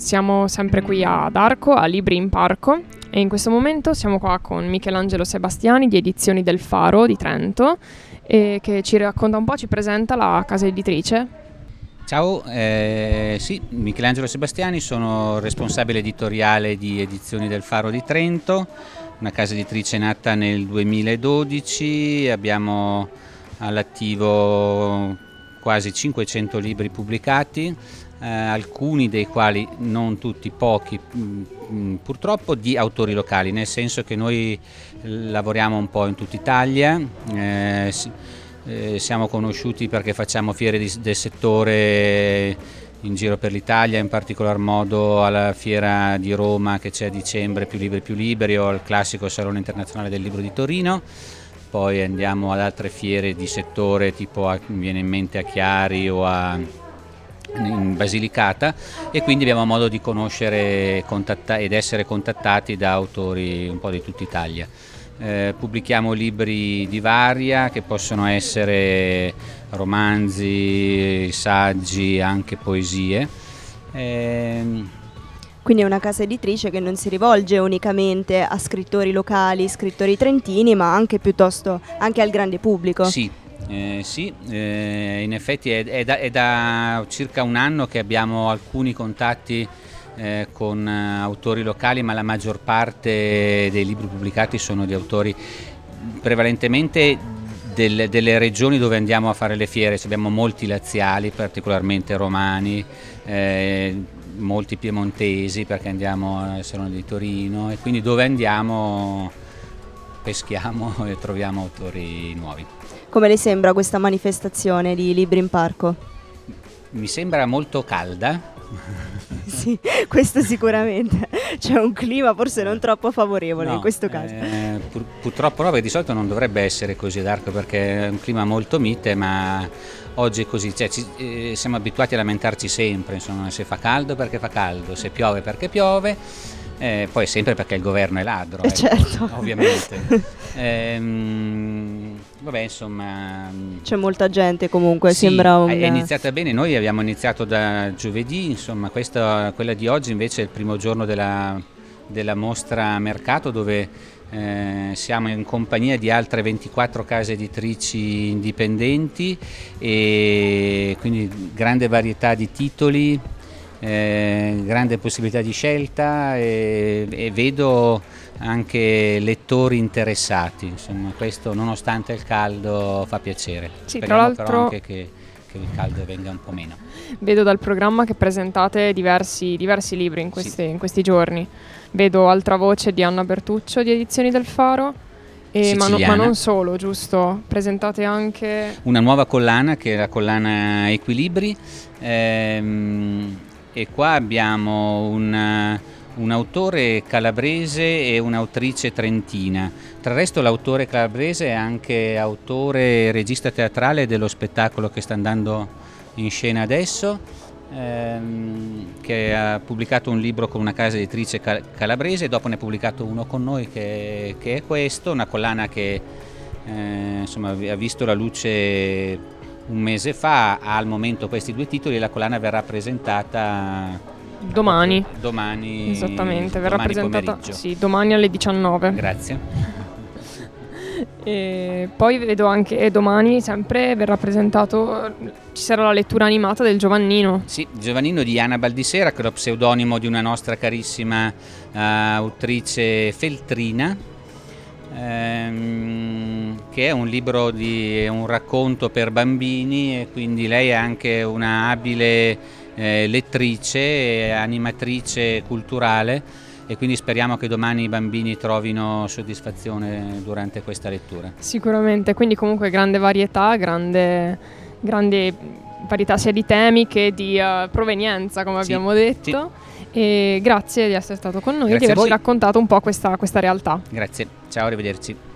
Siamo sempre qui ad Arco, a Libri in Parco, e in questo momento siamo qua con Michelangelo Sebastiani di Edizioni del Faro di Trento, che ci racconta un po', ci presenta la casa editrice. Ciao, sì, Michelangelo Sebastiani, sono responsabile editoriale di Edizioni del Faro di Trento, una casa editrice nata nel 2012, abbiamo all'attivo quasi 500 libri pubblicati, alcuni dei quali, non tutti, pochi purtroppo, di autori locali, nel senso che noi lavoriamo un po' in tutta Italia, siamo conosciuti perché facciamo fiere del settore in giro per l'Italia, in particolar modo alla fiera di Roma che c'è a dicembre, Più liberi, o al classico Salone Internazionale del Libro di Torino. Poi andiamo ad altre fiere di settore, tipo mi viene in mente a Chiari o in Basilicata, e quindi abbiamo modo di conoscere ed essere contattati da autori un po' di tutta Italia. Pubblichiamo libri di varia, che possono essere romanzi, saggi, anche poesie. Quindi è una casa editrice che non si rivolge unicamente a scrittori locali, scrittori trentini, ma anche piuttosto anche al grande pubblico. Sì, in effetti è da circa un anno che abbiamo alcuni contatti con autori locali, ma la maggior parte dei libri pubblicati sono di autori prevalentemente delle regioni dove andiamo a fare le fiere. Abbiamo molti laziali, particolarmente romani, molti piemontesi, perché andiamo al Salone di Torino, e quindi dove andiamo peschiamo e troviamo autori nuovi. Come le sembra questa manifestazione di Libri in Parco? Mi sembra molto calda. Sì, questo sicuramente. C'è un clima forse non troppo favorevole, no, in questo caso. Purtroppo no, perché di solito non dovrebbe essere così ad Arco, perché è un clima molto mite, ma oggi è così. Siamo abituati a lamentarci sempre, insomma, se fa caldo perché fa caldo, se piove perché piove, poi sempre perché il governo è ladro, certo. Ovviamente. Vabbè, insomma, c'è molta gente comunque, sì, sembra è iniziata bene. Noi abbiamo iniziato da giovedì, insomma, quella di oggi invece è il primo giorno della mostra mercato, dove siamo in compagnia di altre 24 case editrici indipendenti, e quindi grande varietà di titoli, grande possibilità di scelta, e vedo anche lettori interessati, insomma, questo nonostante il caldo fa piacere. Sì, Speriamo tra l'altro però anche che il caldo venga un po' meno. Vedo dal programma che presentate diversi libri in questi giorni. Vedo Altra Voce di Anna Bertuccio di Edizioni del Faro, ma non solo, giusto? Presentate anche una nuova collana, che è la collana Equilibri, e qua abbiamo un autore calabrese e un'autrice trentina. Tra il resto l'autore calabrese è anche autore e regista teatrale dello spettacolo che sta andando in scena adesso, che ha pubblicato un libro con una casa editrice calabrese, e dopo ne ha pubblicato uno con noi che è questo, una collana che insomma ha visto la luce un mese fa. Ha al momento questi due titoli, e la collana verrà presentata domani. Esattamente, verrà presentata domani alle 19. Grazie. E poi vedo anche domani sempre verrà presentato, ci sarà la lettura animata del Giovannino. Sì, Giovannino di Anna Baldisera, che è lo pseudonimo di una nostra carissima autrice Feltrina, che è un libro è un racconto per bambini, e quindi lei è anche una abile lettrice e animatrice culturale, e quindi speriamo che domani i bambini trovino soddisfazione durante questa lettura. Sicuramente, quindi comunque grande varietà sia di temi che di provenienza, come abbiamo detto. Sì. E grazie di essere stato con noi e di averci raccontato un po' questa realtà. Grazie, ciao, arrivederci.